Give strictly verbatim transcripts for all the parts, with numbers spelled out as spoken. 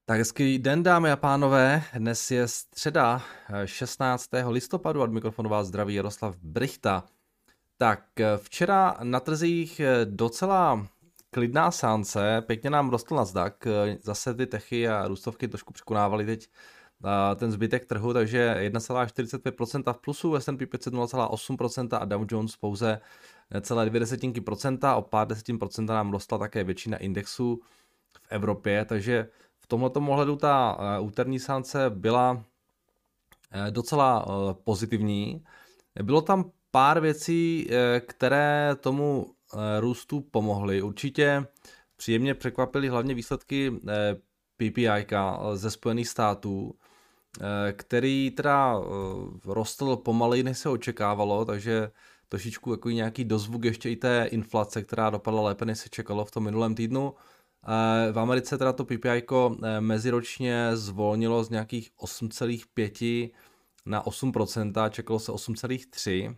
Tak hezký den, dámy a pánové. Dnes je středa šestnáctého listopadu a od mikrofonu vás zdraví Jaroslav Brychta. Tak včera na trzích docela klidná seance, pěkně nám rostl Nasdaq, zase ty techy a růstovky trošku překonávaly teď ten zbytek trhu, takže jedna celá čtyřicet pět procenta v plusu, S and P pět set nula celá osm procenta a Dow Jones pouze celé dvě desetinky procenta, o pár desetin procenta nám rostla také většina indexů v Evropě, takže v tomhletom ohledu ta úterní seance byla docela pozitivní. Bylo tam pár věcí, které tomu růstu pomohly. Určitě příjemně překvapily hlavně výsledky P P I ze Spojených států, který teda rostl pomaleji, než se očekávalo, takže trošičku jako nějaký dozvuk ještě i té inflace, která dopadla lépe, než se čekalo v tom minulém týdnu. V Americe teda to P P I meziročně zvolnilo z nějakých osm celá pět na osm procent, čekalo se osm celá tři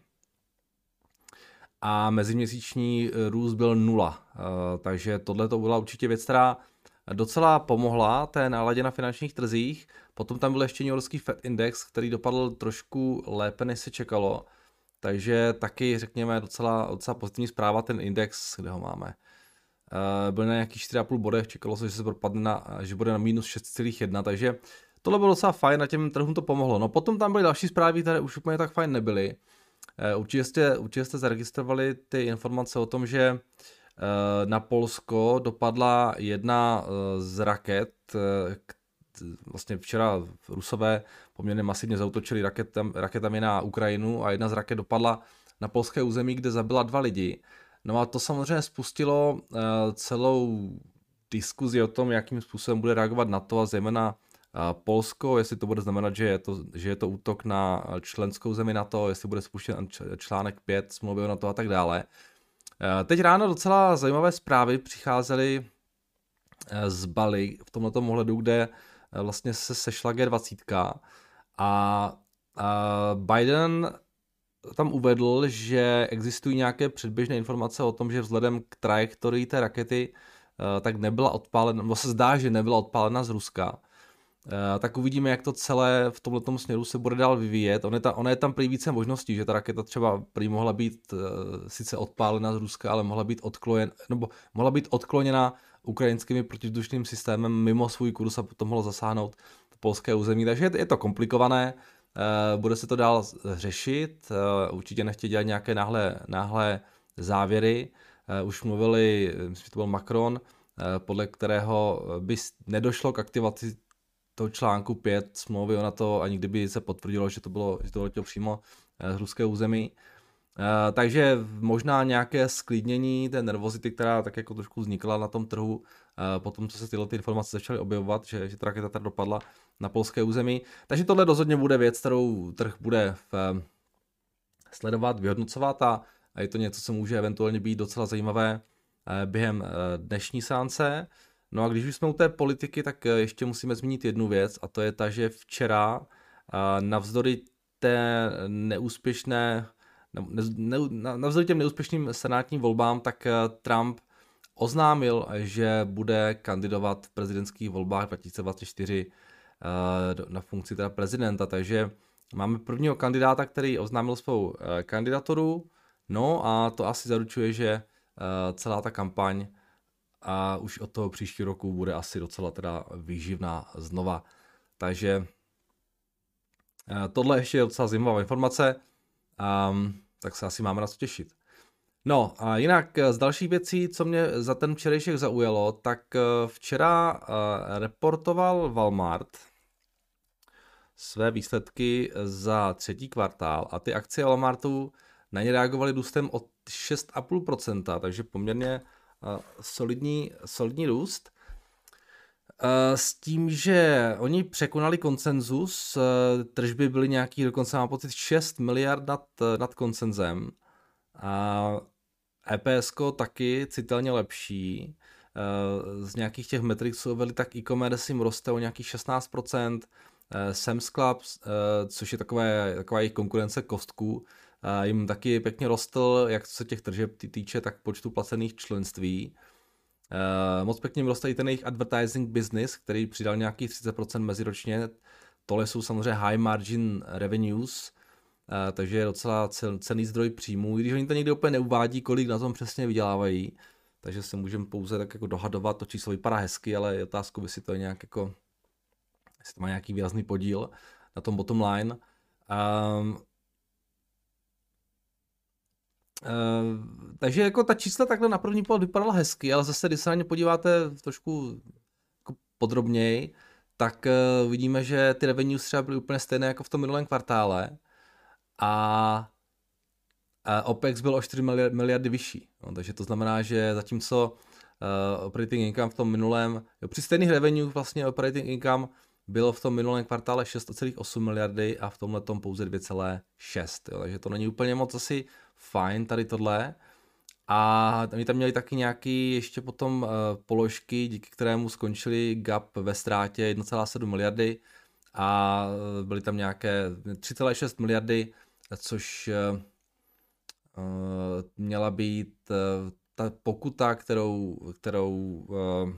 a meziměsíční růst byl nula. Takže tohle to byla určitě věc, která docela pomohla té náladě na finančních trzích. Potom tam byl ještě newyorský Fed Index, který dopadl trošku lépe, než se čekalo. Takže taky, řekněme, docela, docela pozitivní zpráva, ten index, kde ho máme. Byl na nějakých čtyři celá pět bodech, čekalo se, že se propadne na, že bude na minus šest celá jedna, takže tohle bylo docela fajn, na těm trhům to pomohlo. No potom tam byly další zprávy, které už úplně tak fajn nebyly. Určitě jste, určitě jste zaregistrovali ty informace o tom, že na Polsko dopadla jedna z raket, vlastně včera Rusové poměrně masivně zaútočili raketem, raketami na Ukrajinu a jedna z raket dopadla na polské území, kde zabila dva lidi. No a to samozřejmě spustilo uh, celou diskuzi o tom, jakým způsobem bude reagovat NATO a zejména uh, Polsko, jestli to bude znamenat, že je to, že je to útok na členskou zemi NATO, jestli bude spuštěn článek pět smlouvy o NATO a tak dále. Uh, teď ráno docela zajímavé zprávy přicházely uh, z Bali v tomto ohledu, kde uh, vlastně se sešla G dvacet a uh, Biden tam uvedl, že existují nějaké předběžné informace o tom, že vzhledem k trajektorii té rakety tak nebyla odpálena, nebo se zdá, že nebyla odpálena z Ruska. Tak uvidíme, jak to celé v tomhletom směru se bude dál vyvíjet. Ono je, ta, ono je tam prý více možností, že ta raketa třeba prý mohla být sice odpálena z Ruska, ale mohla být odkloněna, nebo mohla být odkloněna ukrajinskými protivzdušným systémem mimo svůj kurz a potom mohlo zasáhnout polské území. Takže je, je to komplikované. Bude se to dál řešit, určitě nechtějí dělat nějaké náhle, náhle závěry. Už mluvili, myslím, že to byl Macron, podle kterého by nedošlo k aktivaci toho článku pět smlouvy o NATO, ani kdyby se potvrdilo, že to bylo, že to letělo přímo z ruského území. Takže možná nějaké sklidnění té nervozity, která tak jako trošku vznikla na tom trhu, potom, co se tyhle ty informace začaly objevovat, že, že ta raketa tady dopadla na polské území. Takže tohle rozhodně bude věc, kterou trh bude v, sledovat, vyhodnocovat a, a je to něco, co může eventuálně být docela zajímavé během dnešní seance. No a když už jsme u té politiky, tak ještě musíme zmínit jednu věc a to je ta, že včera navzdory té neúspěšné Navzdory těm neúspěšným senátním volbám, tak Trump oznámil, že bude kandidovat v prezidentských volbách dva tisíce dvacet čtyři na funkci teda prezidenta, takže máme prvního kandidáta, který oznámil svou kandidaturu, no a to asi zaručuje, že celá ta kampaň a už od toho příští roku bude asi docela teda výživná znova, takže tohle ještě je docela zajímavá informace. Um, tak se asi máme na co těšit. No a jinak z dalších věcí, co mě za ten včerejšek zaujalo, tak včera uh, reportoval Walmart své výsledky za třetí kvartál a ty akcie Walmartu na ně reagovaly růstem o šest celá pět procenta, takže poměrně uh, solidní, solidní růst. S tím, že oni překonali konsenzus, tržby byly nějaký, dokonce mám pocit, šest miliard nad, nad konsenzem. A E P S ko taky citelně lepší. Z nějakých těch metrik, co uvedli, tak e-commerce jim roste o nějakých šestnáct procent. Sam's Club, což je takové, taková jejich konkurence kostků, jim taky pěkně rostl, jak se těch tržeb týče, tak počtu placených členství. Uh, moc pěkně roste i ten jejich advertising business, který přidal nějakých třicet procent meziročně. Tohle jsou samozřejmě high margin revenues, uh, takže je docela cel, cený zdroj příjmů, i když oni to někdy úplně neuvádí, kolik na tom přesně vydělávají, takže se můžeme pouze tak jako dohadovat, to číslo vypadá hezky, ale je otázkou, jestli to je nějak jako, jestli to má nějaký výrazný podíl na tom bottom line. Um, Uh, takže jako ta čísla takhle na první pohled vypadala hezky, ale zase, když se na ně podíváte trošku jako podrobněji, tak uh, vidíme, že ty revenues třeba byly úplně stejné jako v tom minulém kvartále a uh, OPEX byl o čtyři miliardy vyšší. No, takže to znamená, že zatímco uh, operating income v tom minulém, jo, při stejných revenues vlastně operating income bylo v tom minulém kvartále šest celá osm miliardy a v tomhletom pouze dvě celá šest. Takže to není úplně moc asi fajn tady tohle. A oni tam měli taky nějaký ještě potom uh, položky, díky kterému skončili gap ve ztrátě jedna celá sedm miliardy a byly tam nějaké tři celá šest miliardy, což uh, uh, měla být uh, ta pokuta, kterou, kterou uh, uh,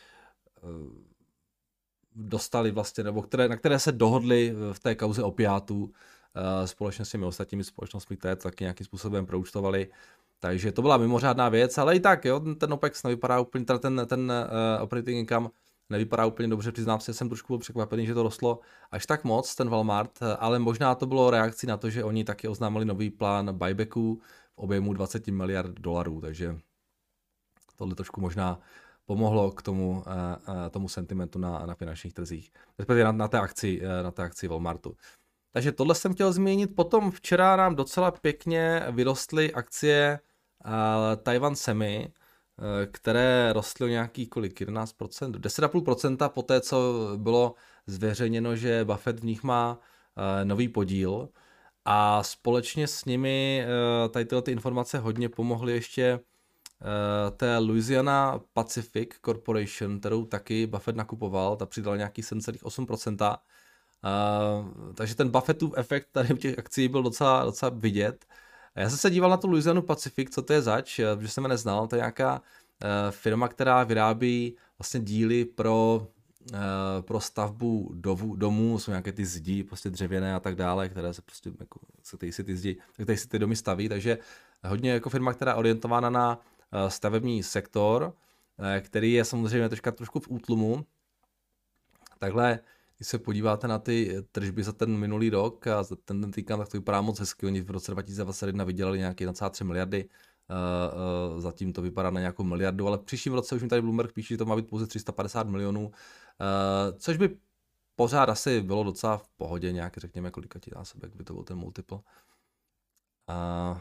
dostali vlastně, nebo které, na které se dohodli v té kauze opiátů uh, společně s těmi ostatními společnostmi, které to taky nějakým způsobem proučtovali. Takže to byla mimořádná věc, ale i tak, jo, ten OPEX nevypadá úplně, ten, ten uh, operating income nevypadá úplně dobře, přiznám se, jsem trošku byl překvapený, že to rostlo až tak moc, ten Walmart, ale možná to bylo reakcí na to, že oni taky oznámili nový plán buybacku v objemu dvacet miliard dolarů, takže tohle trošku možná pomohlo k tomu, uh, uh, tomu sentimentu na, na finančních trzích, respektive na, na té akci, uh, na té akci Walmartu. Takže tohle jsem chtěl zmínit. Potom včera nám docela pěkně vyrostly akcie uh, Taiwan Semi, uh, které rostly o nějaký kolik, jedenáct procent, deset celá pět procenta po té, co bylo zveřejněno, že Buffett v nich má uh, nový podíl. A společně s nimi uh, tady tyhle ty informace hodně pomohly ještě uh, té Louisiana Pacific Corporation, kterou taky Buffett nakupoval, ta přidala nějaký sedm celá osm procenta. Uh, takže ten Buffettův efekt tady u těch akcí byl docela, docela vidět. Já jsem se díval na tu Louisiana Pacific, co to je zač, protože jsem je neznal, to je nějaká uh, firma, která vyrábí vlastně díly pro, uh, pro stavbu dovu, domů, jsou nějaké ty zdi, prostě dřevěné a tak dále, které se prostě, jako, se tady si ty zdi, tady si ty domy staví, takže hodně jako firma, která je orientována na uh, stavební sektor, uh, který je samozřejmě trošku, trošku v útlumu. Takhle když se podíváte na ty tržby za ten minulý rok a za ten, ten týkám, tak to vypadá moc hezky. Oni v roce dva tisíce dvacet jedna vydělali nějaké jedna celá tři miliardy, uh, uh, zatím to vypadá na nějakou miliardu, ale v příštím roce už mi tady Bloomberg píše, že to má být pouze tři sta padesát milionů, uh, což by pořád asi bylo docela v pohodě, nějaký řekněme kolikatý násobek by to byl ten multiple. Uh,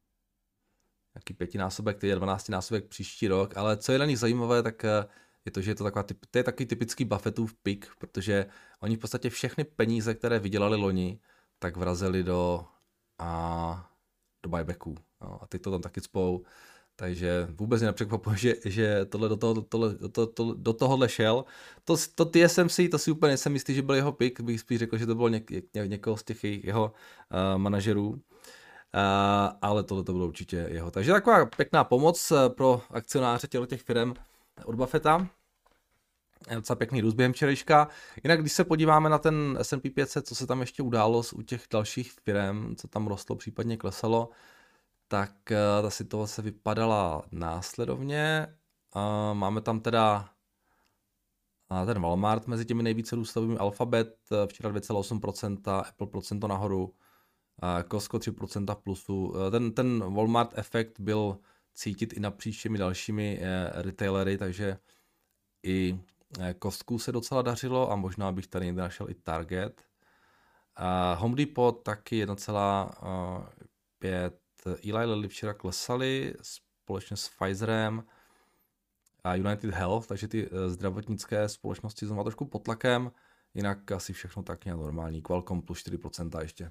nějaký pětinásobek, který je dvanáctinásobek příští rok, ale co je na nich zajímavé, tak uh, je to, že je to, taková, to je takový typický Buffettův pik, protože oni v podstatě všechny peníze, které vydělali loni, tak vrazili do, a, do buybacku. No, a teď to tam taky cpou, takže vůbec mě nepřekvapuje, že, že tohle do, toho, tohle, do, to, to, do tohohle šel. To, to T S M C, to si úplně nejsem jistý, že byl jeho pik, bych spíš řekl, že to byl něk, ně, někoho z těch jeho uh, manažerů. Uh, ale tohle to bylo určitě jeho. Takže taková pěkná pomoc pro akcionáře těch firm od Buffetta. Je docela pěkný růst během včerejška. Jinak, když se podíváme na ten S and P pět set, co se tam ještě událo u těch dalších firm, co tam rostlo, případně klesalo, tak ta situace vypadala následovně. Máme tam teda ten Walmart mezi těmi nejvíce růstovými, Alphabet včera dvě celá osm procenta, Apple procento nahoru, Costco tři procenta v plusu. Ten, ten Walmart efekt byl cítit i napříč těmi dalšími retailery, takže i Costku se docela dařilo a možná bych tady někde našel i Target. Uh, Home Depot taky jedna celá pět. Eli Lilly včera klesaly společně s Pfizerem a United Health, takže ty zdravotnické společnosti jsou trošku pod tlakem, jinak asi všechno tak nějak normální. Qualcomm plus čtyři procenta ještě.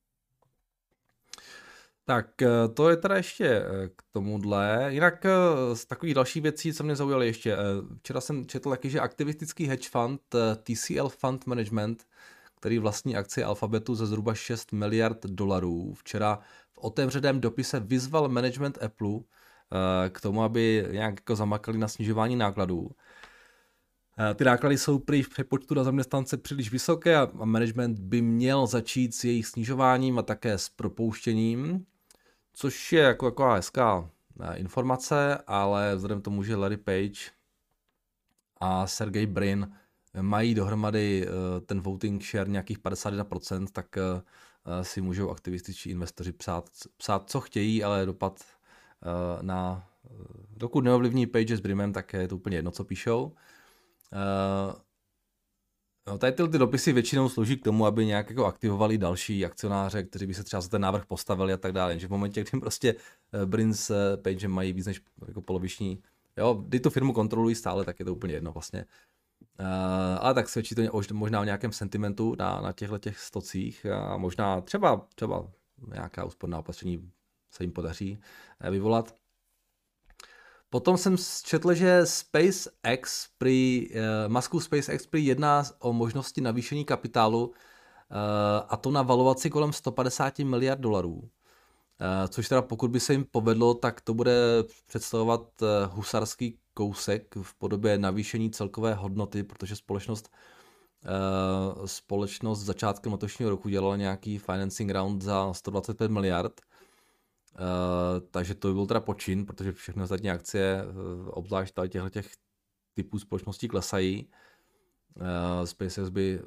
Tak to je teda ještě k tomuhle. Jinak z takových dalších věcí, co mě zaujaly ještě. Včera jsem četl taky, že aktivistický hedge fund T C L Fund Management, který vlastní akcie Alphabetu za zhruba šest miliard dolarů, včera v otevřeném dopise vyzval management Apple, k tomu, aby nějak jako zamakali na snižování nákladů. Ty náklady jsou prý v přepočtu na zaměstnance příliš vysoké a management by měl začít s jejich snižováním a také s propouštěním, což je jako taková hezká informace, ale vzhledem k tomu, že Larry Page a Sergey Brin mají dohromady ten voting share nějakých padesát jedna procent, tak si můžou aktivističtí investoři psát, psát co chtějí, ale dopad na, dokud neovlivní Page s Brimem, tak je to úplně jedno, co píšou. Uh, no, tady ty, ty dopisy většinou slouží k tomu, aby nějak jako aktivovali další akcionáře, kteří by se třeba za ten návrh postavili a tak dále. Jenže v momentě, kdy prostě uh, Brin s Pagem mají víc než jako poloviční, jo, kdy tu firmu kontrolují stále, tak je to úplně jedno vlastně. Uh, ale tak svědčí to možná o nějakém sentimentu na, na těchto těch stocích a možná třeba, třeba nějaká úsporná opatření se jim podaří vyvolat. Potom jsem četl, že SpaceX prý, uh, Muskův SpaceX prý jedná o možnosti navýšení kapitálu, uh, a to na valuaci kolem sto padesát miliard dolarů. Uh, což teda pokud by se jim povedlo, tak to bude představovat uh, husarský kousek v podobě navýšení celkové hodnoty, protože společnost, uh, společnost začátkem letošního roku dělala nějaký financing round za sto dvacet pět miliard. Uh, takže to by byl teda počin, protože všechny ostatní akcie, uh, obzvlášť těchto těch typů společností klesají. Uh, SpaceX by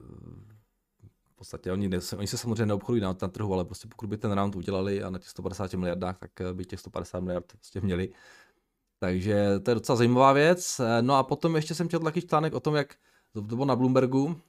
v podstatě, oni, ne, oni se samozřejmě neobchodují na, na trhu, ale prostě pokud by ten round udělali a na těch sto padesát miliardách, tak by těch sto padesát miliard prostě měli. Takže to je docela zajímavá věc. No a potom ještě jsem četl taky článek o tom, jak, to bylo na Bloombergu, uh,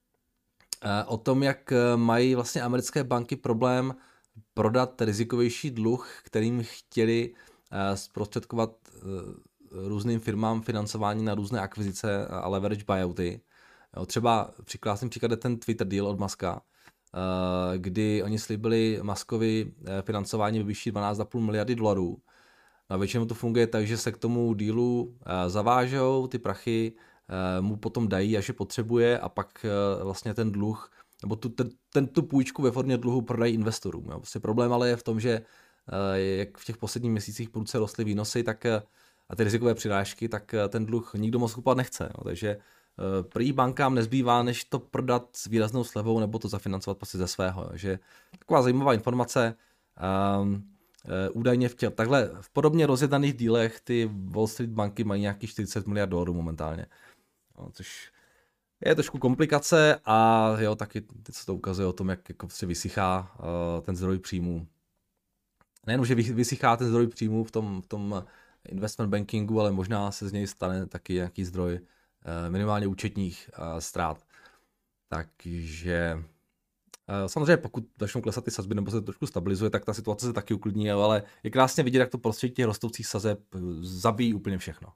o tom, jak mají vlastně americké banky problém prodat rizikovější dluh, kterým chtěli uh, zprostředkovat uh, různým firmám financování na různé akvizice a leverage buyouty. Jo, třeba krásný příklad je ten Twitter deal od Muska, uh, kdy oni slíbili Muskovi uh, financování ve výši dvanáct celá pět miliardy dolarů. A většinou to funguje tak, že se k tomu dealu uh, zavážou, ty prachy uh, mu potom dají, až je potřebuje a pak uh, vlastně ten dluh nebo tu, ten, ten, tu půjčku ve formě dluhu prodají investorům. Jo. Vlastně problém ale je v tom, že uh, jak v těch posledních měsících prudce rostly výnosy tak, uh, a ty rizikové přirážky, tak uh, ten dluh nikdo moc kupovat nechce. Jo. Takže uh, prý bankám nezbývá, než to prodat s výraznou slevou nebo to zafinancovat prostě ze svého. Takže taková zajímavá informace. Um, uh, údajně v, tě, takhle, v podobně rozjednaných dílech ty Wall Street banky mají nějakých čtyřicet miliard dolarů momentálně. No, což je trošku komplikace a jo, taky teď se to ukazuje o tom, jak jako se vysychá uh, ten zdroj příjmů. Nejenom, že vysychá ten zdroj příjmů v tom, v tom investment bankingu, ale možná se z něj stane taky nějaký zdroj uh, minimálně účetních uh, ztrát. Takže uh, samozřejmě pokud začnou klesat ty sazby nebo se to trošku stabilizuje, tak ta situace se taky uklidní, ale je krásně vidět, jak to prostředí těch rostoucích sazeb zabíjí úplně všechno.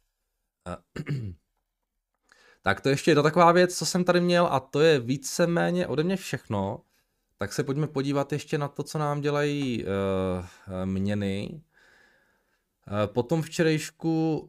Uh, Tak to ještě je to taková věc, co jsem tady měl a to je víceméně ode mě všechno. Tak se pojďme podívat ještě na to, co nám dělají uh, měny. Uh, potom včerejšku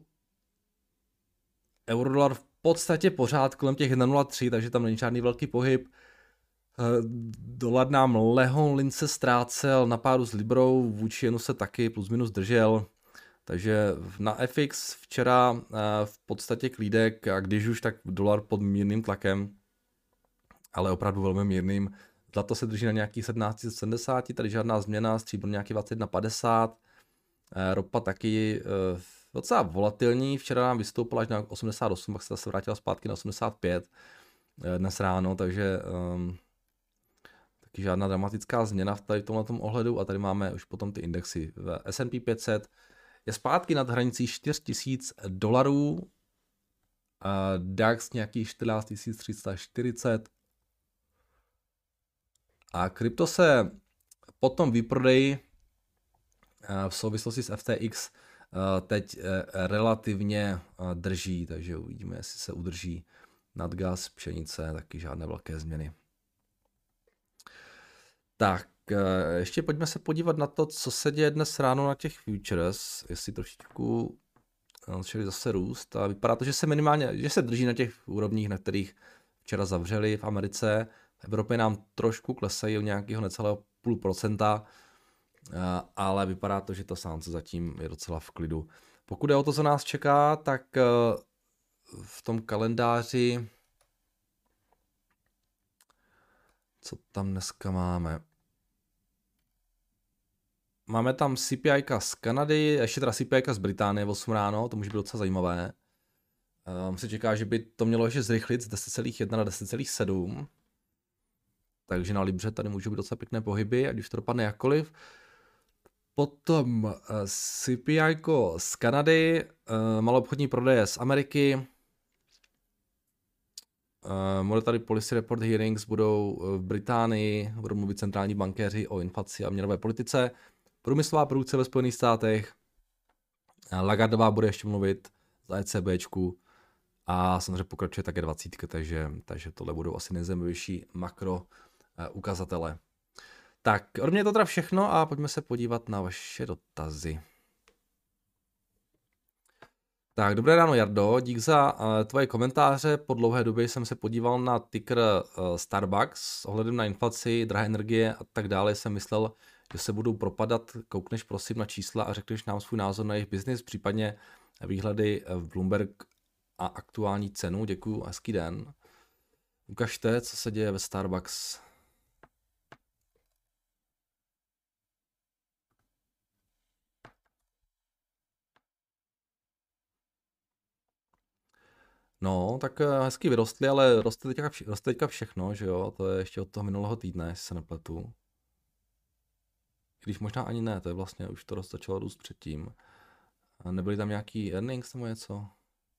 eurodolar v podstatě pořád kolem těch jedna celá nula tři, takže tam není žádný velký pohyb. Uh, dolar nám lehon lince ztrácel na páru s librou, vůči jenu se taky plus minus držel. Takže na F X včera v podstatě klídek a když už tak dolar pod mírným tlakem, ale opravdu velmi mírným. Zlato se drží na nějakých sedmnáct sedmdesát, tady žádná změna, stříbro nějaký dvacet jedna padesát, ropa taky docela volatilní, včera nám vystoupila až na osmdesát osm, pak se zase vrátila zpátky na osmdesát pět dnes ráno, takže um, taky žádná dramatická změna v tady tomhletom ohledu a tady máme už potom ty indexy. S and P pět set je zpátky nad hranicí čtyři tisíce dolarů, DAX nějakých čtrnáct tisíc tři sta čtyřicet a krypto se potom výprodeji v souvislosti s F T X teď relativně drží, takže uvidíme, jestli se udrží nadgas, pšenice, taky žádné velké změny. Tak, ještě pojďme se podívat na to, co se děje dnes ráno na těch futures, jestli trošičku začali zase růst a vypadá to, že se minimálně, že se drží na těch úrovních, na kterých včera zavřeli v Americe. V Evropě nám trošku klesají o nějakého necelého půl procenta. ale vypadá to, že ta seance zatím je docela v klidu. Pokud je o to, co nás čeká, tak v tom kalendáři, co tam dneska máme? Máme tam C P I z Kanady, ještě teda C P I z Británie v osm ráno, to může být docela zajímavé. Um, se čeká, že by to mělo ještě zrychlit z deset celá jedna na deset celá sedm. Takže na Libře tady můžou být docela pěkné pohyby, ať už to dopadne jakkoliv. Potom uh, C P I z Kanady, uh, maloobchodní prodeje z Ameriky. Uh, Monetary Policy Report Hearings budou v Británii, budou mluvit centrální bankéři o inflaci a měnové politice. Průmyslová produkce ve Spojených státech. Lagardová bude ještě mluvit za ECBčku. A samozřejmě pokračuje také dvacet, takže, takže tohle budou asi nejzajímavější makro uh, ukazatele. Tak, od mě je to teda všechno a pojďme se podívat na vaše dotazy. Tak, dobré ráno, Jardo, dík za uh, tvoje komentáře. Po dlouhé době jsem se podíval na ticker uh, Starbucks s ohledem na inflaci, drahé energie a tak dále. Jsem myslel, že se budou propadat. Koukneš prosím na čísla a řekneš nám svůj názor na jejich biznis, případně výhledy v Bloomberg a aktuální cenu. Děkuju, hezký den. Ukažte, co se děje ve Starbucks. No, tak hezky vyrostly, ale roste teďka, roste teďka všechno, že jo? To je ještě od toho minulého týdne, jestli se nepletu. Když možná ani ne, to je vlastně, už to rost začalo růst předtím. A nebyly tam nějaký earnings nebo něco?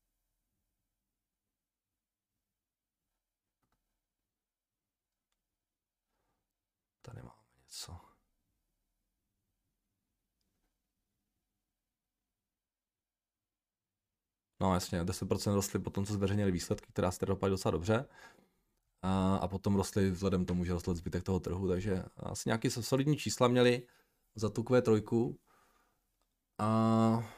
Tady máme něco. No jasně, deset procent rostly po tom, co zveřejnili výsledky, která se dopadly docela dobře. A, a potom rostly vzhledem tomu, že rostl zbytek toho trhu, takže asi nějaký solidní čísla měli za tu Q tři. A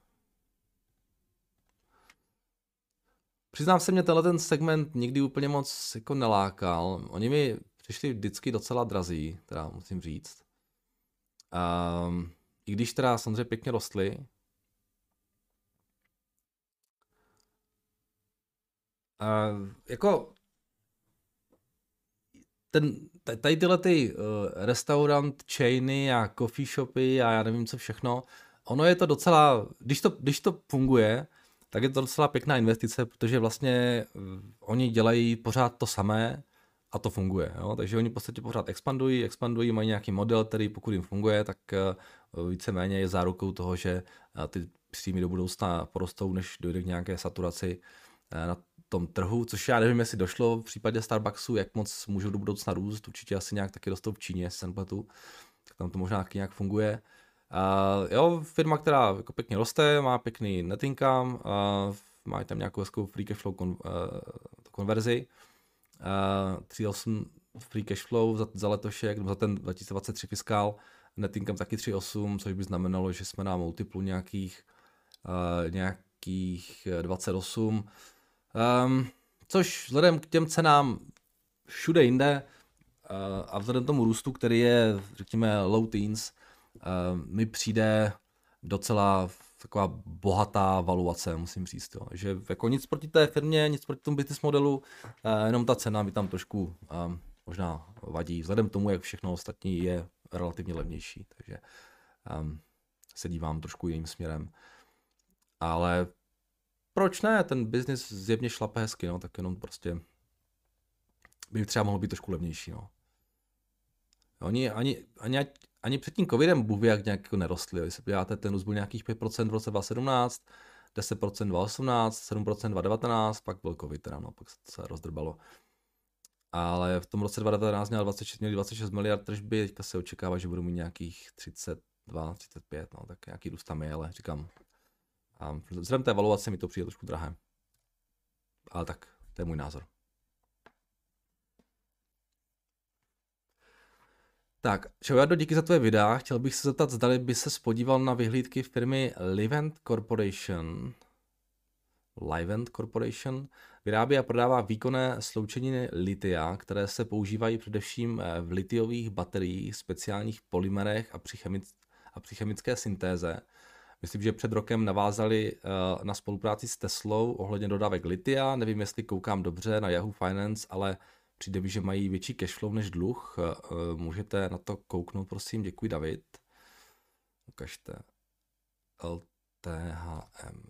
přiznám se, mě tenhle ten segment nikdy úplně moc jako nelákal. Oni mi přišli vždycky docela drazí, teda musím říct. Um, I když teda samozřejmě pěkně rostly. Uh, jako ten, tady tyhle ty uh, restaurant chainy a coffee shopy a já nevím co všechno, ono je to docela, když to, když to funguje, tak je to docela pěkná investice, protože vlastně uh, oni dělají pořád to samé a to funguje. Jo? Takže oni v podstatě pořád expandují, expandují, mají nějaký model, který pokud jim funguje, tak uh, víceméně je zárukou toho, že uh, ty příjmy do budoucna porostou, než dojde k nějaké saturaci uh, na tom trhu, což já nevím, jestli došlo v případě Starbucksu, jak moc můžou do budoucna růst, určitě asi nějak taky rostou v Číně, jestli se nepletu, tak tam to možná taky nějak funguje. Uh, jo, firma, která jako pěkně roste, má pěkný net income, uh, má tam nějakou hezkou free cash flow kon, uh, konverzi, uh, tři celá osm free cash flow za, za letošek, za ten dva tisíce dvacet tři fiskál, net income taky tři celá osm, což by znamenalo, že jsme na multiplu nějakých, uh, nějakých dvacet osm. Um, což vzhledem k těm cenám všude jinde uh, a vzhledem k tomu růstu, který je, řekněme, low teens, uh, mi přijde docela taková bohatá valuace, musím říct. Jo. Že jako nic proti té firmě, nic proti tomu business modelu, uh, jenom ta cena mi tam trošku um, možná vadí, vzhledem k tomu, jak všechno ostatní je relativně levnější. Takže um, se dívám trošku jiným směrem. Ale proč ne? Ten biznis zjevně šlape hezky, no, tak jenom prostě by třeba mohl být trošku levnější, no. Oni ani, ani, ani před tím covidem Bůh ví, jak nějak jako nerostli. Když se podíváte, ten růst byl nějakých pět procent v roce dva tisíce sedmnáct, deset procent dva tisíce osmnáct, sedm procent dva tisíce devatenáct, pak byl covid, teda, no, pak se to se rozdrbalo. Ale v tom roce dva tisíce devatenáct měl dvacet šest, měli dvacet šest miliard tržby, teďka se očekává, že budou mít nějakých třicet dva, třicet pět, no, tak nějaký růst tam je, ale říkám, a vzhledem té evaluace mi to přijde trošku drahé. Ale tak, to je můj názor. Tak, čau Jardo, díky za tvoje videa. Chtěl bych se zeptat, zdali by se spodíval na vyhlídky firmy Livent Corporation. Livent Corporation vyrábí a prodává výkonné sloučeniny litia, které se používají především v litiových bateriích, speciálních polymerech a při, chemic- a při chemické syntéze. Myslím, že před rokem navázali uh, na spolupráci s Teslou ohledně dodávek litia. Nevím, jestli koukám dobře na Yahoo Finance, ale přijde mi, že mají větší cashflow než dluh. Uh, můžete na to kouknout, prosím. Děkuji, David. Ukažte. L T H M.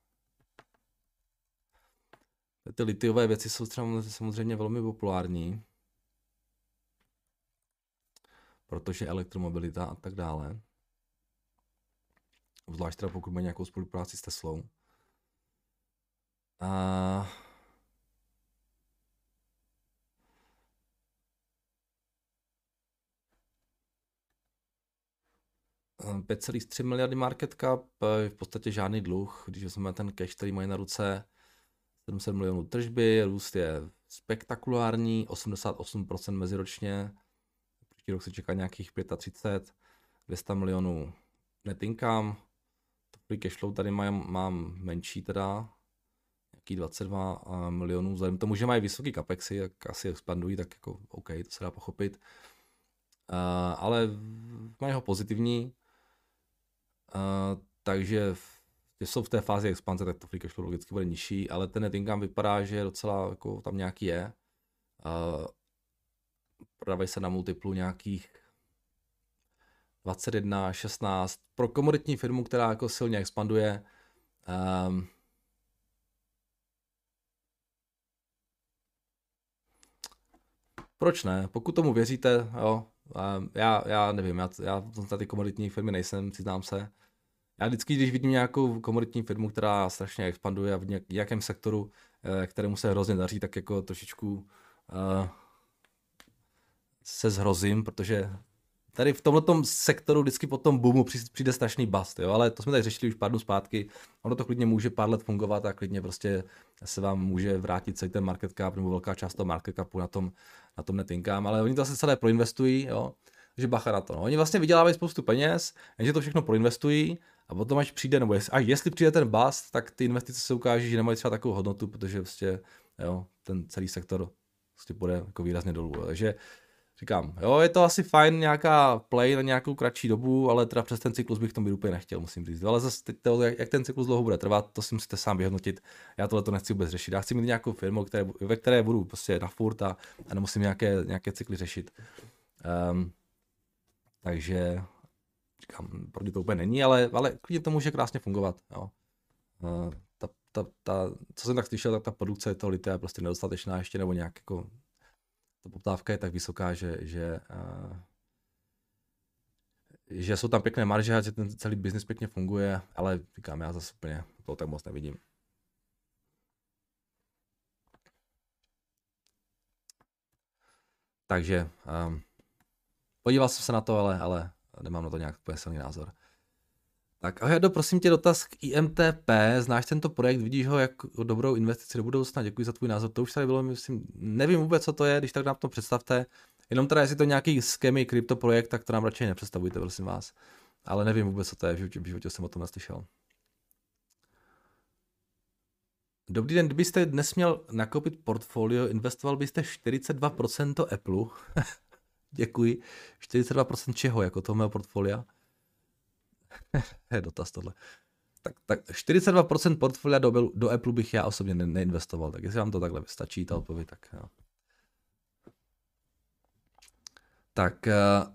Ty litiové věci jsou samozřejmě velmi populární, protože elektromobilita a tak dále. Zvlášť teda pokud mají nějakou spolupráci s Teslou. A... pět celá tři miliardy market cap, v podstatě žádný dluh, když vezmeme ten cash, který mají na ruce, sedm set milionů tržby, růst je spektakulární, osmdesát osm procent meziročně, příští rok se čeká nějakých třicet pět, dvě stě milionů net income, to free cash flow tady mám, mám menší teda, nějaký dvacet dva milionů, vzhledem k tomu, že mají vysoký capexy, tak asi expandují, tak jako OK, to se dá pochopit, uh, ale mají ho pozitivní, uh, takže když jsou v té fázi expanze, tak to free cash flow logicky bude nižší, ale ten net income vypadá, že docela jako tam nějaký je. Uh, prodávají se na multiplu nějakých dvacet jedna, šestnáct. Pro komoditní firmu, která jako silně expanduje, um, proč ne? Pokud tomu věříte, jo, um, já, já nevím, já, já na ty komoditní firmy nejsem, přiznám se. Já vždycky, když vidím nějakou komoditní firmu, která strašně expanduje a v nějakém sektoru, kterému se hrozně daří, tak jako trošičku uh, se zhrozím, protože tady v tomhletom sektoru vždycky po tom boomu přijde strašný bust, jo, ale to jsme tady řešili už pár dnů zpátky, ono to klidně může pár let fungovat a klidně prostě se vám může vrátit celý ten market cap nebo velká část toho market capu na tom, na tom net income, ale oni to asi celé proinvestují, jo, takže bacha na to, no. Oni vlastně vydělávají spoustu peněz, jenže to všechno proinvestují a potom až přijde, nebo jestli, až jestli přijde ten bust, tak ty investice se ukáží, že nemají třeba takovou hodnotu, protože prostě, jo, ten celý sektor prostě půjde jako výrazně dolů, takže říkám, jo, je to asi fajn nějaká play na nějakou kratší dobu, ale teda přes ten cyklus bych to být úplně nechtěl, musím říct. Ale zase to, jak ten cyklus dlouho bude trvat, to si musíte sám vyhodnotit. Já tohle to nechci vůbec řešit. Já chci mít nějakou firmu, které, ve které budu prostě na furt a, a nemusím nějaké, nějaké cykly řešit. Um, takže říkám, pro mě to úplně není, ale, ale klidně to může krásně fungovat. Jo. Uh, ta, ta, ta, co jsem tak slyšel, tak ta produkce toho litia je prostě nedostatečná ještě, nebo nějak jako ta poptávka je tak vysoká, že, že, uh, že jsou tam pěkné marže a že ten celý biznis pěkně funguje, ale říkám, já zase úplně to tak moc nevidím. Takže um, podíval jsem se na to, ale, ale nemám na to nějak úplně silný názor. Tak a Jardo, prosím tě, dotaz k I M T P, znáš tento projekt, vidíš ho jako dobrou investici do budoucna, děkuji za tvůj názor, to už tady bylo, myslím, nevím vůbec, co to je, když tak nám to představte, jenom teda, jestli to nějaký scamy kryptoprojekt, tak to nám radši nepředstavujte, prosím vás, ale nevím vůbec, co to je, v životě, v životě jsem o tom neslyšel. Dobrý den, kdybyste dnes měl nakoupit portfolio, investoval byste čtyřicet dva procent do Apple, děkuji, čtyřicet dva procent čeho, jako toho mého portfolia? Je dotaz tohle. Tak, tak čtyřicet dva procent portfolia do, do Apple bych já osobně ne, neinvestoval, tak jestli vám to takhle stačí, ta odpověď, tak jo. Tak, uh,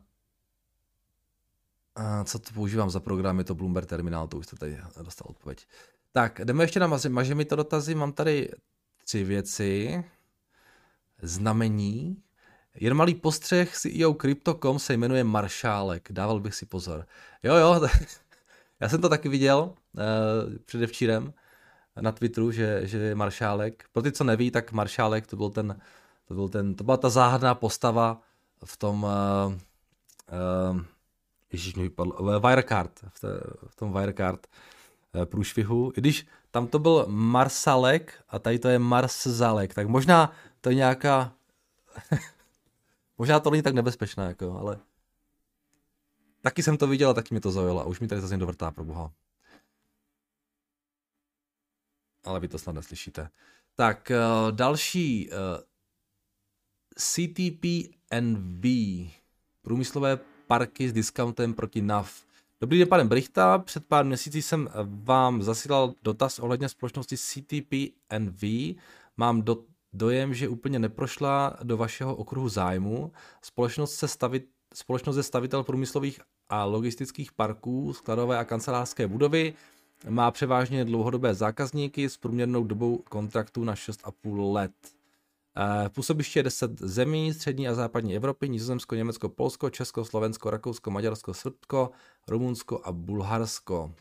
uh, co to používám za program, je to Bloomberg Terminal, to už jste tady dostal odpověď. Tak, jdeme ještě na maže mi to dotazy, mám tady tři věci. Znamení. Jen malý postřeh, C E O Crypto tečka com se jmenuje Maršálek, dával bych si pozor. Jo, jo, já jsem to taky viděl uh, předevčírem na Twitteru, že, že je Maršálek. Pro ty, co neví, tak Maršálek to byl ten, to byl ten, to byla ta záhadná postava v tom, uh, uh, ježiš, mi vypadl, uh, Wirecard, v, té, v tom Wirecard uh, průšvihu. I když tam to byl Marsalek a tady to je Marszalek, tak možná to je nějaká... Možná to není tak nebezpečné, jako, ale taky jsem to viděl a taky mě to zaujalo a už mi tady zase dovrtá, pro boha. Ale vy to snad neslyšíte. Tak uh, další uh, C T P N V, průmyslové parky s discountem proti N A V. Dobrý den, pane Brichta, před pár měsíci jsem vám zasílal dotaz ohledně společnosti C T P N V. Mám do, dojem, že úplně neprošla do vašeho okruhu zájmu. Společnost, se stavit, společnost je stavitel průmyslových a logistických parků, skladové a kancelářské budovy. Má převážně dlouhodobé zákazníky s průměrnou dobou kontraktu na šest a půl let. Působiště je deset zemí střední a západní Evropy, Nizozemsko, Německo, Polsko, Česko, Slovensko, Rakousko, Maďarsko, Srbsko, Rumunsko a Bulharsko.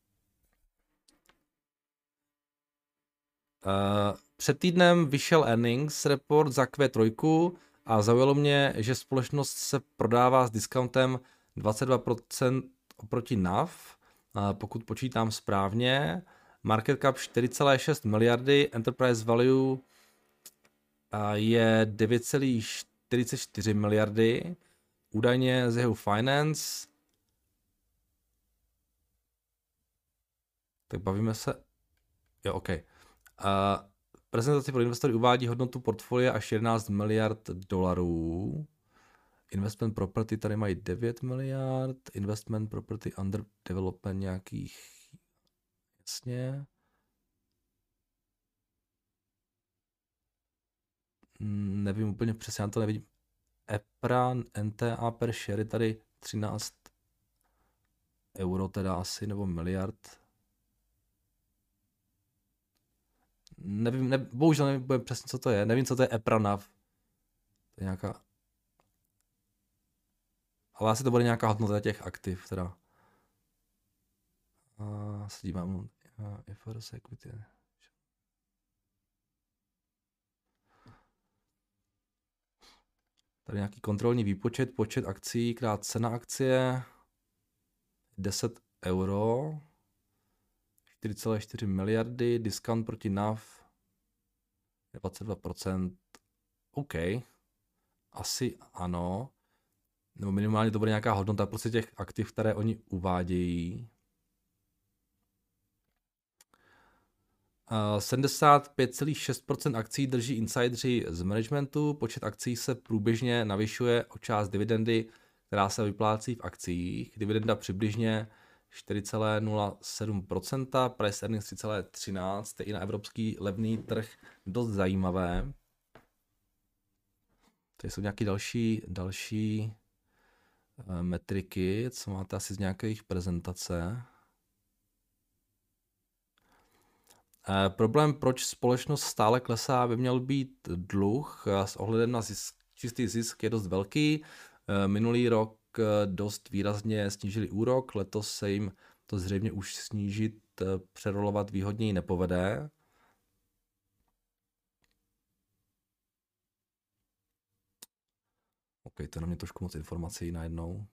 Před týdnem vyšel earnings report za Q tři a zaujalo mě, že společnost se prodává s discountem dvacet dva procent oproti N A V, pokud počítám správně. Market cap čtyři celé šest miliardy, enterprise value je devět celé čtyřicet čtyři miliardy, údajně z jeho finance. Tak bavíme se. Jo, OK. A prezentaci pro investory uvádí hodnotu portfolia až jedenáct miliard dolarů. Investment property tady mají devět miliard, investment property under development nějakých, jasně. Nevím úplně přesně, já to nevidím. EPRA, N T A per share tady třináct euro teda asi, nebo miliard. Nevím, ne, bohužel nevím přesně, co to je. Nevím, co to je EPRA N A V. To je nějaká... Ale asi to bude nějaká hodnota těch aktiv, teda. A se dívám. Uh, I F R S equity. Tady nějaký kontrolní výpočet, počet akcí krát cena akcie, deset euro, čtyři celé čtyři miliardy, discount proti N A V, dvacet dva procent, OK, asi ano, nebo minimálně to bude nějaká hodnota prostě těch aktiv, které oni uvádějí. sedmdesát pět celé šest procent akcí drží insidři z managementu, počet akcí se průběžně navyšuje o část dividendy, která se vyplácí v akcích. Dividenda přibližně čtyři celé nula sedm procenta, price earnings tři celé třináct, to je i na evropský levný trh dost zajímavé. Tady jsou nějaké další, další metriky, co máte asi z nějakých prezentace. E, problém, proč společnost stále klesá, by měl být dluh. S ohledem na zisk, čistý zisk je dost velký. E, minulý rok dost výrazně snížili úrok, letos se jim to zřejmě už snížit, přerolovat výhodněji nepovede. OK, to je na mě trošku moc informací najednou.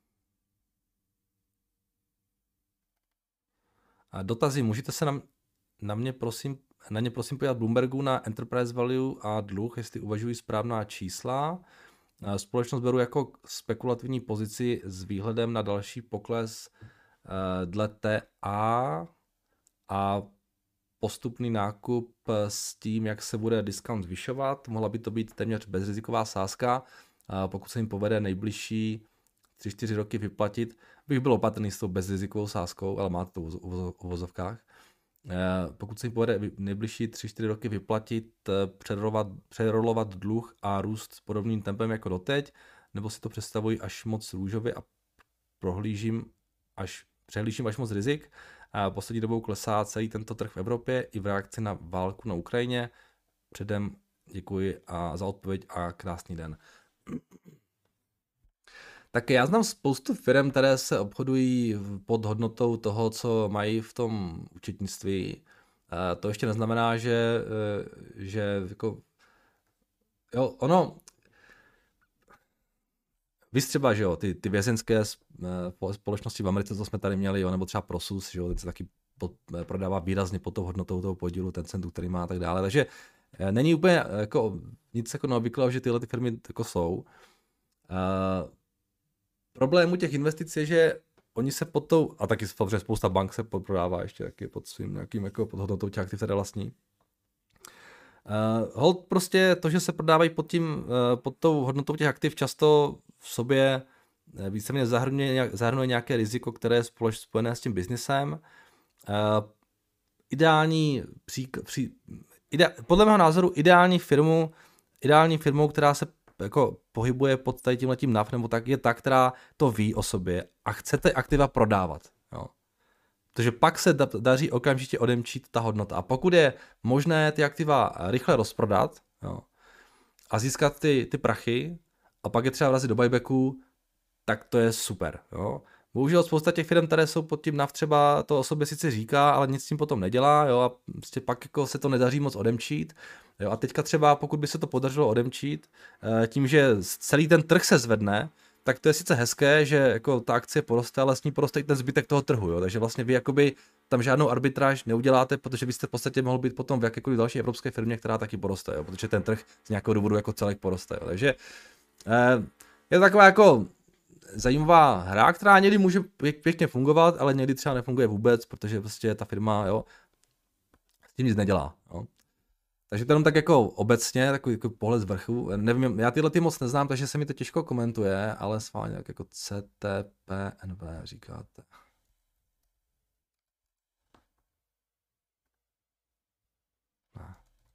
A dotazy, můžete se na, na mě prosím, na ně prosím podívat Bloombergu na enterprise value a dluh, jestli uvažují správná čísla. Společnost beru jako spekulativní pozici s výhledem na další pokles dle T A a postupný nákup s tím, jak se bude discount zvyšovat. Mohla by to být téměř bezriziková sázka. Pokud se jim povede nejbližší tři čtyři roky vyplatit, bych byl opatrný s tou bezrizikovou sázkou, ale máte to v uvozovkách. Pokud se jim povede nejbližší tři čtyři roky vyplatit, přerolovat, přerolovat dluh a růst s podobným tempem jako doteď, nebo si to představují až moc růžově a prohlížím až, přehlížím až moc rizik. A poslední dobou klesá celý tento trh v Evropě i v reakci na válku na Ukrajině. Předem děkuji a za odpověď a krásný den. Tak já znám spoustu firm, které se obchodují pod hodnotou toho, co mají v tom účetnictví. To ještě neznamená, že, že jako, jo, ono, víš třeba, že jo, ty, ty vězeňské společnosti v Americe, co jsme tady měli, jo, nebo třeba Prosus, že jo, teď se taky pod, prodává výrazně pod tou hodnotou toho podílu, ten cent, který má a tak dále, takže není úplně jako nic jako neobvyklého, že tyhle ty firmy jako jsou. Uh, problém u těch investic je, že oni se pod tou, a taky samozřejmě spousta bank se prodává ještě taky pod svým nějakým jako pod hodnotou těch aktiv, které vlastní. Uh, hold prostě to, že se prodávají pod tím, uh, pod tou hodnotou těch aktiv, často v sobě víceméně zahrnuje, zahrnuje nějaké riziko, které je společ, spojené s tím biznisem. Uh, ideální pří, pří, ide, podle mého názoru ideální firmu, ideální firmou, která se jako pohybuje pod tady tímhletím N A V, nebo tak, je ta, která to ví o sobě a chcete aktiva prodávat. Jo. Protože pak se da, daří okamžitě odemčít ta hodnota. A pokud je možné ty aktiva rychle rozprodat, jo, a získat ty, ty prachy a pak je třeba vrazit do buybacku, tak to je super. Jo. Bohužel spousta těch firm, které jsou pod tím N A V, třeba to o sobě sice říká, ale nic s tím potom nedělá, jo, a prostě pak jako se to nedaří moc odemčít. Jo, a teďka třeba, pokud by se to podařilo odemčít, tím, že celý ten trh se zvedne, tak to je sice hezké, že jako ta akcie poroste, ale s ní poroste i ten zbytek toho trhu. Jo. Takže vlastně vy jakoby tam žádnou arbitráž neuděláte, protože byste v podstatě mohl být potom v jakékoliv další evropské firmě, která taky poroste, jo, protože ten trh z nějakého důvodu jako celek poroste. Jo. Takže eh, je to taková jako zajímavá hra, která někdy může pěkně fungovat, ale někdy třeba nefunguje vůbec, protože prostě ta firma, jo, s tím nic nedělá. Jo. Takže to jenom tak jako obecně, takový jako pohled z vrchu. Nevím, já tyhle ty moc neznám, takže se mi to těžko komentuje, ale sválně jako C T P N V říkáte. Ne.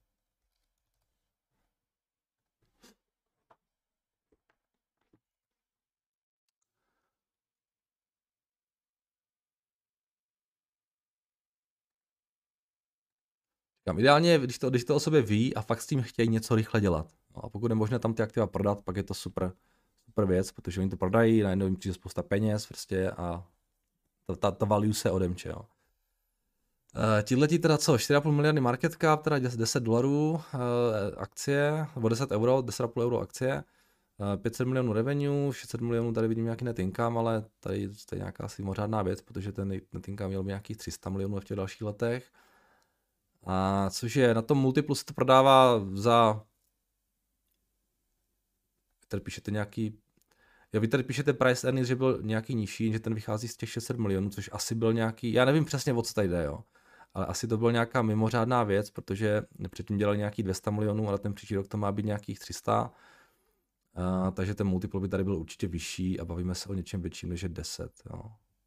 Říkám, ideálně je, když to, když to o sobě ví a fakt s tím chtějí něco rychle dělat. No a pokud je možné tam ty aktiva prodat, pak je to super, super věc, protože oni to prodají, najednou jim přijde spousta peněz prostě a ta, ta, ta value se odemče. Jo. Uh, Tihleti teda co, čtyři a půl miliardy market cap, teda deset dolarů uh, akcie, nebo deset euro, deset a půl euro akcie, uh, pět set milionů revenue, šest set milionů, tady vidím nějaký net income, ale tady to je nějaká asi mimořádná věc, protože ten net income měl nějakých tři sta milionů v těch dalších letech. A což je, na tom multiplu se to prodává za, tady píšete nějaký, jo, vy tady píšete price earnings, že byl nějaký nižší, že ten vychází z těch šest set milionů, což asi byl nějaký, já nevím přesně, o co tady jde, jo. Ale asi to byla nějaká mimořádná věc, protože předtím dělali nějaký dvě stě milionů, ale ten příští rok to má být nějakých tři sta. Uh, takže ten multiple by tady byl určitě vyšší a bavíme se o něčem větším než je deset. Jo.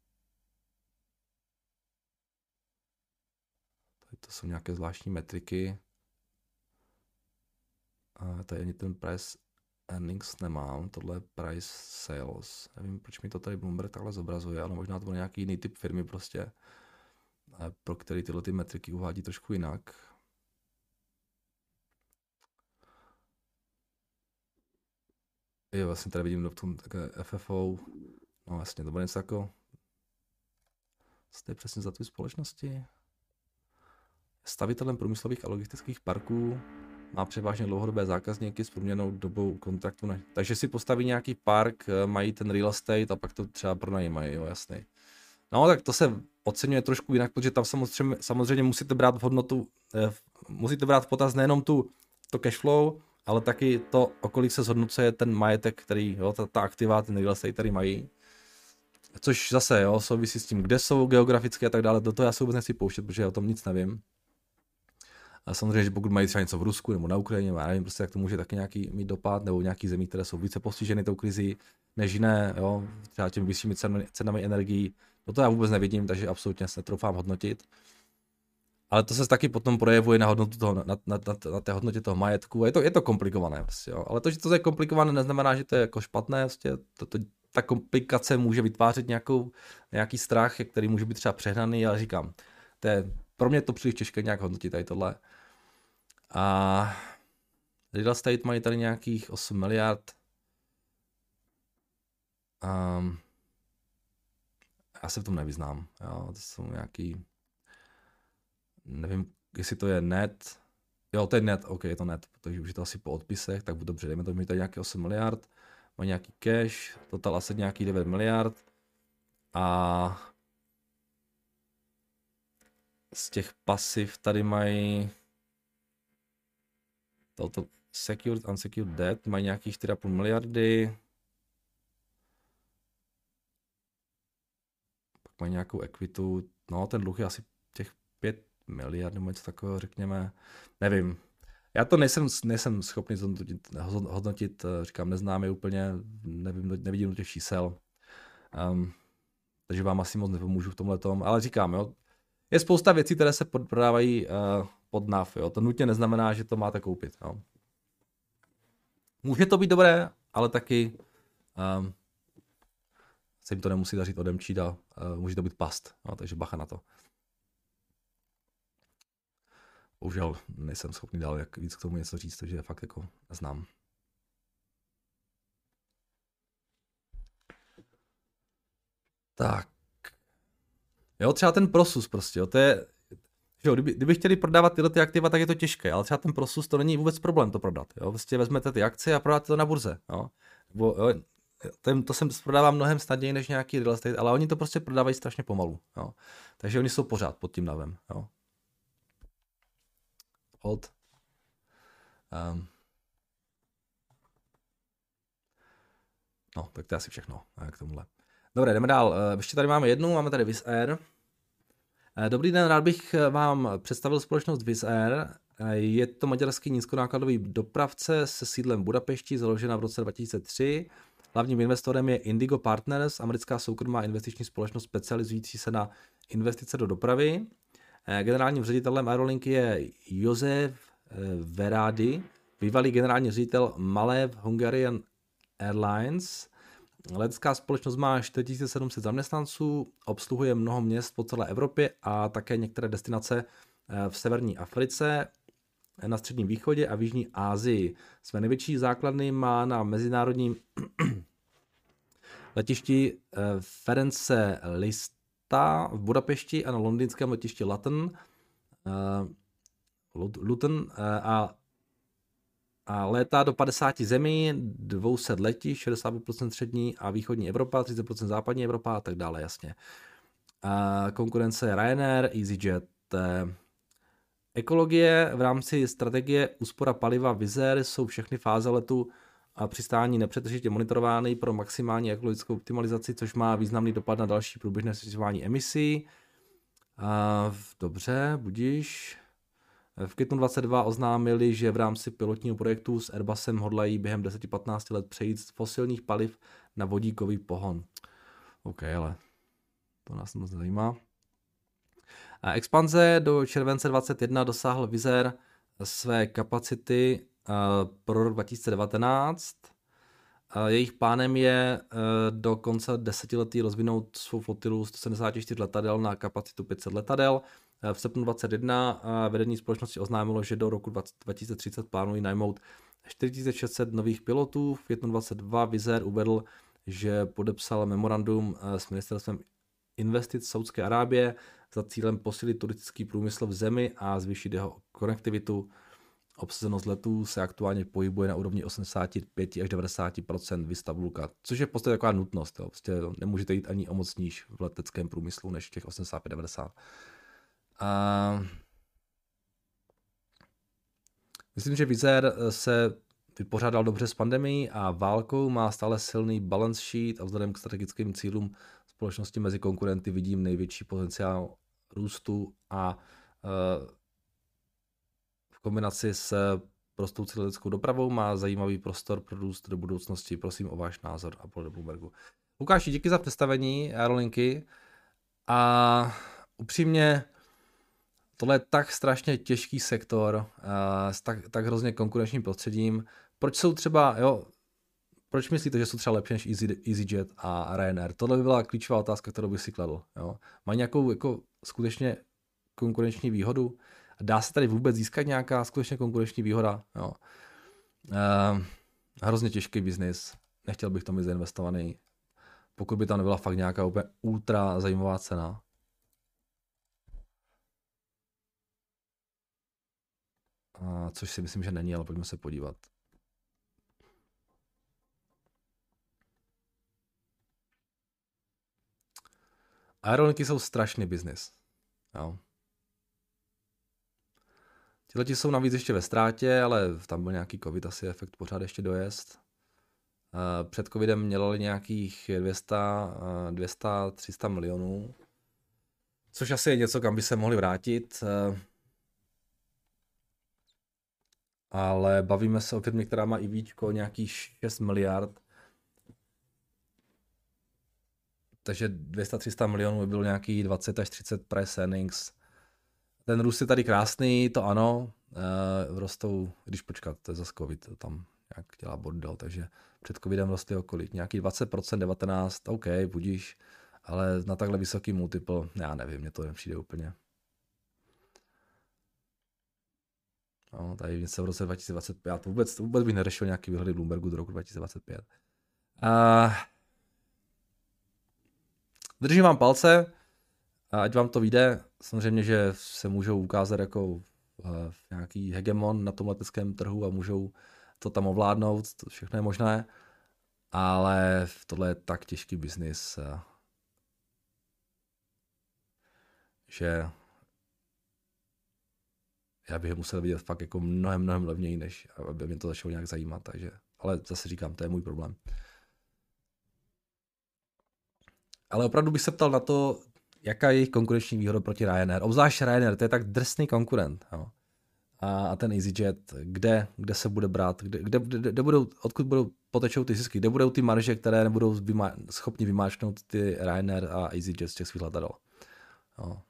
Tady to jsou nějaké zvláštní metriky. Uh, tady ani ten price earnings nemám, tohle je price sales. Nevím, proč mi to tady Bloomberg takhle zobrazuje, ale možná to byl nějaký jiný typ firmy prostě, pro který tyhle ty metriky uvádí trošku jinak. Jo, vlastně tady vidím v tom také F F O. No vlastně, to bude něco jako... Co to je přesně za tu společnosti? Stavitelem průmyslových a logistických parků, má převážně dlouhodobé zákazníky s průměrnou dobou kontraktu. Na... Takže si postaví nějaký park, mají ten real estate a pak to třeba pronajímají, jo, jasný. No, tak to se oceňuje trošku jinak, protože tam samozřejmě, samozřejmě musíte brát v hodnotu, eh, musíte brát v potaz nejenom tu, to cash flow, ale taky to, o kolik se zhodnocuje ten majetek, který, jo, ta, ta aktiva, ten real estate, který mají. Což zase, jo, souvisí s tím, kde jsou geografické a tak dále, do toho já se vůbec nechci pouštět, protože já o tom nic nevím. A samozřejmě, že pokud mají třeba něco v Rusku nebo na Ukrajině, já nevím, prostě jak to může taky nějaký mít dopad, nebo nějaký zemí, které jsou více postiženy tou krizí než jiné, jo, třeba těmi vyššími cenami, cenami energií. No to já vůbec nevidím, takže absolutně se netroufám hodnotit. Ale to se taky potom projevuje na hodnotu toho, na, na, na, na té hodnotě toho majetku. Je to, je to komplikované, prostě, jo. Ale to, že to je komplikované, neznamená, že to je jako špatné. Prostě. To, to, ta komplikace může vytvářet nějakou, nějaký strach, který může být třeba přehnaný, ale říkám, to je, pro mě je to příliš těžké nějak hodnotit tady tohle. A real estate mají tady nějakých osm miliard. Um, já se v tom nevyznám. Jo, to jsou nějaký... Nevím, jestli to je net. Jo, to je net, ok, je to net, protože už je to asi po odpisech, tak dobře, dejme to, že tady nějaký osm miliard, má nějaký cash, total asset nějaký devět miliard a z těch pasiv tady mají toto secured, unsecured debt, mají nějakých čtyři a půl miliardy. mají nějakou ekvitu, no ten dluh je asi těch pět miliard nebo něco takového, řekněme, nevím. Já to nejsem, nejsem schopný hodnotit, hodnotit, říkám, neznám je úplně, nevím, nevidím do těch čísel, um, takže vám asi moc nepomůžu v tomhletom, ale říkám, jo, je spousta věcí, které se prodávají uh, pod N A V, jo, to nutně neznamená, že to máte koupit, jo. Může to být dobré, ale taky um, se jim to nemusí dařit odemčít a uh, může to být past, jo, takže bacha na to. Bohužel nejsem schopný dál jak víc k tomu něco říct, takže fakt jako neznám. Tak. Jo, třeba ten Prosus prostě, jo, to je, jo, kdyby, kdyby chtěli prodávat tyhle ty aktiva, tak je to těžké, ale třeba ten Prosus, to není vůbec problém to prodat, jo, prostě vezmete ty akcie a prodáte to na burze, jo. Bo, jo, to, to se prodává mnohem snadněji než nějaký real estate, ale oni to prostě prodávají strašně pomalu, jo. Takže oni jsou pořád pod tím navem, jo. Hold. Um. No, tak to je asi všechno k tomuhle. Dobré, jdeme dál. Ještě tady máme jednu, máme tady Wizz Air. Dobrý den, rád bych vám představil společnost Wizz Air. Je to maďarský nízkonákladový dopravce se sídlem v Budapešti, založena v roce dva tisíce tři. Hlavním investorem je Indigo Partners, americká soukromá investiční společnost specializující se na investice do dopravy. Generálním ředitelem Aerolinky je Josef Verády, bývalý generální ředitel Malev Hungarian Airlines. Letecká společnost má čtyři tisíce sedm set zaměstnanců, obsluhuje mnoho měst po celé Evropě a také některé destinace v severní Africe, na Středním východě a v Jižní Asii. Své největší základny má na mezinárodním letišti Ferenc Lista v Budapešti a na londýnském letišti Luton, Luton a A létá do padesáti zemí, dvě stě letišť, šedesát pět procent střední a východní Evropa, třicet procent západní Evropa a tak dále, jasně. A konkurence je Ryanair, EasyJet. Ekologie v rámci strategie úspora paliva Wizz Air jsou všechny fáze letu a přistání nepřetržitě monitorovány pro maximální ekologickou optimalizaci, což má významný dopad na další průběžné snižování emisí. A dobře, budíš. V květnu dvacet dva oznámili, že v rámci pilotního projektu s Airbusem hodlají během deset až patnáct let přejít z fosilních paliv na vodíkový pohon. OK, ale to nás moc zajímá. A expanze do července dvacet jedna dosáhl Wizz Air své kapacity pro rok dva tisíce devatenáct. Jejich plánem je do konce desetiletí rozvinout svou flotilu sto sedmdesát čtyři letadel na kapacitu pět set letadel. V srpnu dvacet jedna vedení společnosti oznámilo, že do roku dva tisíce třicet plánují najmout čtyři tisíce šest set nových pilotů. V květnu dvacet dva Wizz Air uvedl, že podepsal memorandum s ministerstvem investic Saúdské Arábie za cílem posílit turistický průmysl v zemi a zvýšit jeho konektivitu. Obsazenost letů se aktuálně pohybuje na úrovni osmdesát pět až devadesát procent výstavu luka, což je v podstatě taková nutnost. Jo. Prostě nemůžete jít ani o moc níž v leteckém průmyslu než těch osmdesát pět devadesát. A myslím, že Wizz Air se vypořádal dobře s pandemií a válkou, má stále silný balance sheet a vzhledem k strategickým cílům společnosti mezi konkurenty vidím největší potenciál růstu a v kombinaci s rostoucí leteckou dopravou má zajímavý prostor pro růst do budoucnosti. Prosím o váš názor a podle Bloombergu. Lukáši, díky za představení Aerolinky a upřímně tohle je tak strašně těžký sektor uh, s tak, tak hrozně konkurenčním prostředím. Proč jsou třeba, jo, proč myslíte, že jsou třeba lepší než Easy, EasyJet a Ryanair? Tohle by byla klíčová otázka, kterou bych si kladl. Jo. Mají nějakou jako skutečně konkurenční výhodu? Dá se tady vůbec získat nějaká skutečně konkurenční výhoda? Jo. Uh, hrozně těžký biznis. Nechtěl bych tomu zainvestovaný. Pokud by tam nebyla fakt nějaká úplně ultra zajímavá cena. Uh, což si myslím, že není, ale pojďme se podívat. Aerolinky jsou strašný biznis. Jo. Tihleti jsou navíc ještě ve ztrátě, ale tam byl nějaký covid, asi efekt pořád ještě dojezd. Před covidem mělo nějakých dvě stě, tři sta milionů. Což asi je něco, kam by se mohli vrátit. Ale bavíme se o firmě, která má I Včko nějakých šest miliard. Takže dvě stě tři sta milionů by bylo nějaký dvacet až třicet price earnings. Ten růst je tady krásný, to ano. Uh, rostou, když počkat, to je zase covid, to tam nějak dělá bordel, takže před covidem rostly okolik. Nějaký dvacet procent, devatenáct, OK, budíš. Ale na takhle vysoký multiple, já nevím, mně to nepřijde úplně. No, tady něco v roce dva tisíce dvacet pět, já to vůbec, vůbec bych neřešil nějaký výhledy Bloombergu do roku dva tisíce dvacet pět. Uh, držím vám palce, ať vám to vyjde. Samozřejmě, že se můžou ukázat jako uh, nějaký hegemon na tom leteckém trhu a můžou to tam ovládnout, to všechno je možné, ale tohle je tak těžký biznis, uh, že já bych musel vidět fakt jako mnohem, mnohem levněji, než aby mě to začalo nějak zajímat, takže, ale zase říkám, to je můj problém. Ale opravdu bych se ptal na to, jaká je jejich konkurenční výhoda proti Ryanair. Obzvlášť Ryanair, to je tak drsný konkurent. Jo. A, a ten EasyJet, kde, kde se bude brát, kde, kde, kde, kde budou, odkud budou potečou ty zisky, kde budou ty marže, které nebudou vymá, schopni vymáčknout ty Ryanair a EasyJet z těch svých letadel. Jo.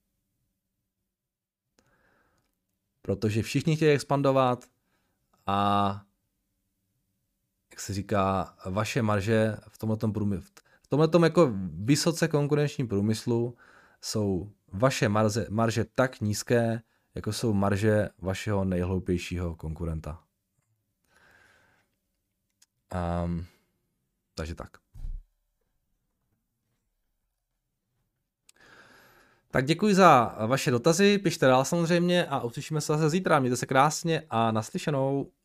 Protože všichni chtějí expandovat a jak se říká, vaše marže v tomhletom průmyslu, v tomhletom jako vysoce konkurenčním průmyslu jsou vaše marže, marže tak nízké, jako jsou marže vašeho nejhloupějšího konkurenta. Um, takže tak. Tak děkuji za vaše dotazy, pište dál samozřejmě a uslyšíme se zase zítra. Mějte se krásně a naslyšenou.